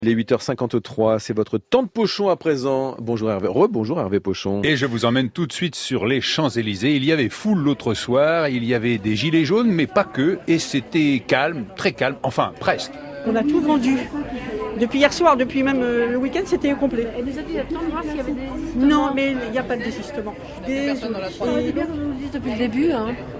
Il est 8h53, c'est votre temps de Pochon à présent. Bonjour Hervé. Bonjour Hervé Pochon. Et je vous emmène tout de suite sur les Champs-Élysées. Il y avait foule l'autre soir, il y avait des gilets jaunes, mais pas que. Et c'était calme, très calme, enfin presque. On a tout vendu. Depuis hier soir, depuis même le week-end, c'était complet. Elle nous a dit attendre s'il y avait des désistements. Non, mais il n'y a pas de désistement. On aurait bien qu'on nous le dise depuis le début.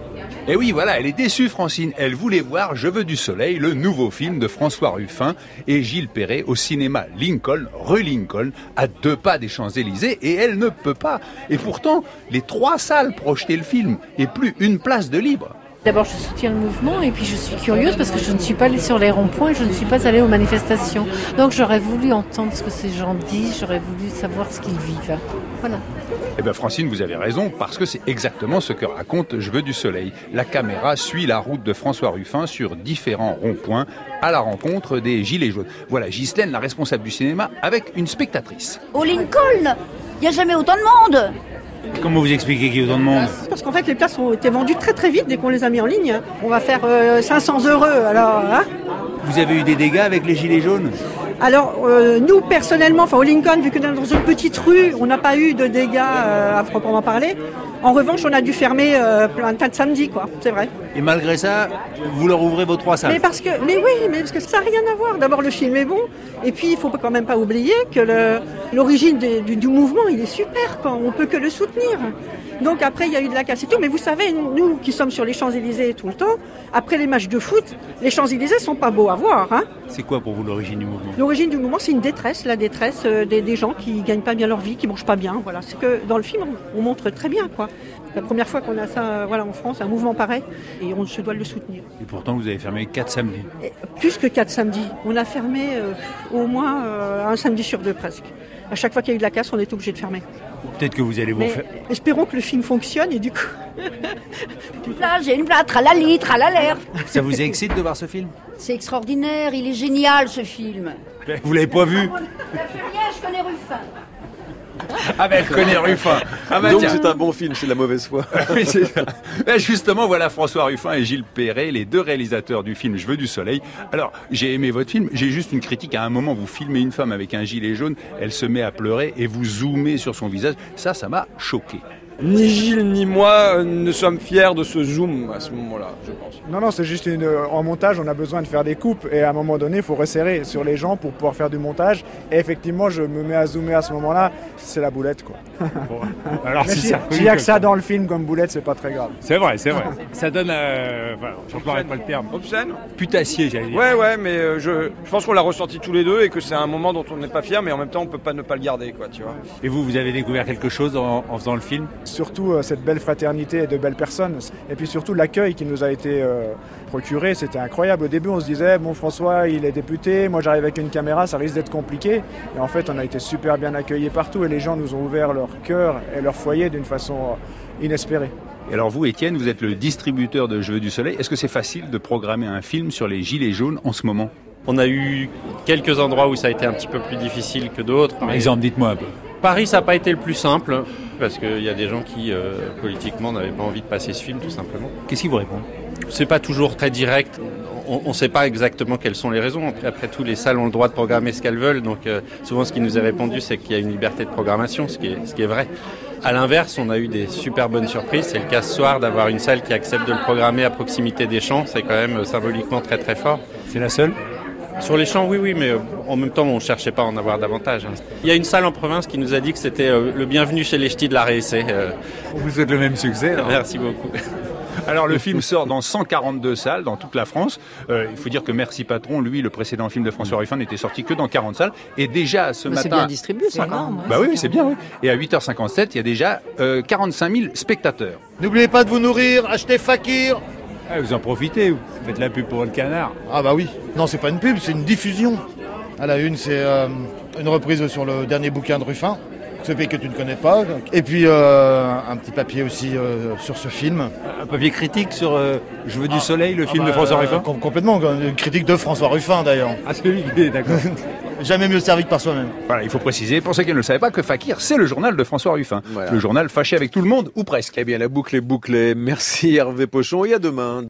Et oui, voilà, elle est déçue, Francine. Elle voulait voir Je veux du soleil, le nouveau film de François Ruffin et Gilles Perret au cinéma Lincoln, rue Lincoln, à 2 pas des Champs-Élysées, et elle ne peut pas. Et pourtant, les 3 salles projetaient le film, et plus une place de libre. D'abord, je soutiens le mouvement et puis je suis curieuse parce que je ne suis pas allée sur les ronds-points et je ne suis pas allée aux manifestations. Donc j'aurais voulu entendre ce que ces gens disent, j'aurais voulu savoir ce qu'ils vivent. Voilà. Eh bien Francine, vous avez raison, parce que c'est exactement ce que raconte Je veux du soleil. La caméra suit la route de François Ruffin sur différents ronds-points à la rencontre des gilets jaunes. Voilà Ghislaine, la responsable du cinéma, avec une spectatrice. Au Lincoln, il n'y a jamais autant de monde. Comment vous expliquez qu'il y a autant de monde ? Parce qu'en fait, les places ont été vendues très très vite dès qu'on les a mis en ligne. On va faire 500 heureux, alors... Vous avez eu des dégâts avec les gilets jaunes ? Alors, nous, personnellement, au Lincoln, vu que dans une petite rue, on n'a pas eu de dégâts à proprement parler. En revanche, on a dû fermer un tas de samedi, quoi, c'est vrai. Et malgré ça, vous leur ouvrez vos 3 salles ? Mais parce que ça n'a rien à voir. D'abord, le film est bon. Et puis, il ne faut quand même pas oublier que l'origine du mouvement, il est super, quoi. On ne peut que le soutenir. Donc après, il y a eu de la casse et tout. Mais vous savez, nous qui sommes sur les Champs-Élysées tout le temps, après les matchs de foot, les Champs-Élysées sont pas beaux à voir. C'est quoi pour vous l'origine du mouvement ? L'origine du mouvement, c'est une détresse. La détresse des gens qui gagnent pas bien leur vie, qui mangent pas bien. Voilà. C'est que dans le film, on montre très bien, quoi. La première fois qu'on a ça en France, un mouvement pareil, et on se doit le soutenir. Et pourtant, vous avez fermé 4 samedis. Et plus que 4 samedis. On a fermé au moins un samedi sur 2 presque. À chaque fois qu'il y a eu de la casse, on est obligé de fermer. Peut-être que vous allez vous faire... Espérons que le film fonctionne et du coup... Là, j'ai une plâtre, tralali, tralalaire. Ça vous excite de voir ce film ? C'est extraordinaire, il est génial ce film. Vous l'avez pas vu ? Je connais Ruffin. Ah ben, elle connaît Ruffin. Donc tiens. C'est un bon film, c'est de la mauvaise foi. Oui, c'est ça. Ben justement, voilà François Ruffin et Gilles Perret, les 2 réalisateurs du film Je veux du soleil. Alors, j'ai aimé votre film, j'ai juste une critique. À un moment, vous filmez une femme avec un gilet jaune, elle se met à pleurer et vous zoomez sur son visage. Ça m'a choqué. Ni Gilles ni moi ne sommes fiers de ce zoom à ce moment-là, je pense. Non, c'est juste en montage, on a besoin de faire des coupes et à un moment donné, il faut resserrer sur les gens pour pouvoir faire du montage. Et effectivement, je me mais à zoomer à ce moment-là, c'est la boulette, quoi. Bon, alors mais s'il y a que ça dans le film comme boulette, c'est pas très grave. C'est vrai. Ça donne, j'emploierai pas le terme. Obscène ? Putassier, j'allais dire. Ouais, mais je pense qu'on l'a ressenti tous les deux et que c'est un moment dont on n'est pas fier, mais en même temps, on peut pas ne pas le garder, quoi, tu vois. Et vous avez découvert quelque chose en faisant le film ? Surtout cette belle fraternité et de belles personnes. Et puis surtout l'accueil qui nous a été procuré, c'était incroyable. Au début, on se disait, bon, François, il est député, moi j'arrive avec une caméra, ça risque d'être compliqué. Et en fait, on a été super bien accueillis partout et les gens nous ont ouvert leur cœur et leur foyer d'une façon inespérée. Et alors vous, Étienne, vous êtes le distributeur de Je veux du soleil. Est-ce que c'est facile de programmer un film sur les gilets jaunes en ce moment ? On a eu quelques endroits où ça a été un petit peu plus difficile que d'autres. Par exemple, dites-moi un peu. Paris, ça n'a pas été le plus simple, parce qu'il y a des gens qui, politiquement, n'avaient pas envie de passer ce film, tout simplement. Qu'est-ce qu'ils vous répondent ? C'est pas toujours très direct. On ne sait pas exactement quelles sont les raisons. Après tout, les salles ont le droit de programmer ce qu'elles veulent. Donc, souvent, ce qui nous est répondu, c'est qu'il y a une liberté de programmation, ce qui est vrai. À l'inverse, on a eu des super bonnes surprises. C'est le cas ce soir d'avoir une salle qui accepte de le programmer à proximité des champs. C'est quand même symboliquement très, très fort. C'est la seule ? Sur les champs, oui, mais en même temps, on ne cherchait pas à en avoir davantage. Il y a une salle en province qui nous a dit que c'était le bienvenu chez les ch'tis de la Réessai. On vous souhaite le même succès. Alors. Merci beaucoup. Alors le film sort dans 142 salles dans toute la France. Il faut dire que Merci Patron, lui, le précédent film de François Ruffin, n'était sorti que dans 40 salles. Et déjà ce matin... C'est bien distribué, ça, quand même. Bah oui, c'est bien, oui. Et à 8h57, il y a déjà 45 000 spectateurs. N'oubliez pas de vous nourrir, achetez Fakir. Ah, vous en profitez, vous faites la pub pour le canard. Ah bah oui. Non, c'est pas une pub, c'est une diffusion. À la une, c'est une reprise sur le dernier bouquin de Ruffin, ce pays que tu ne connais pas. Et puis un petit papier aussi sur ce film. Un papier critique sur Je veux du soleil, le film de François Ruffin. Complètement, une critique de François Ruffin d'ailleurs. Ah, c'est lui, d'accord. Jamais mieux servi que par soi-même. Voilà, il faut préciser, pour ceux qui ne le savaient pas, que Fakir, c'est le journal de François Ruffin. Voilà. Le journal fâché avec tout le monde, ou presque. Eh bien, la boucle est bouclée. Merci Hervé Pochon et à demain.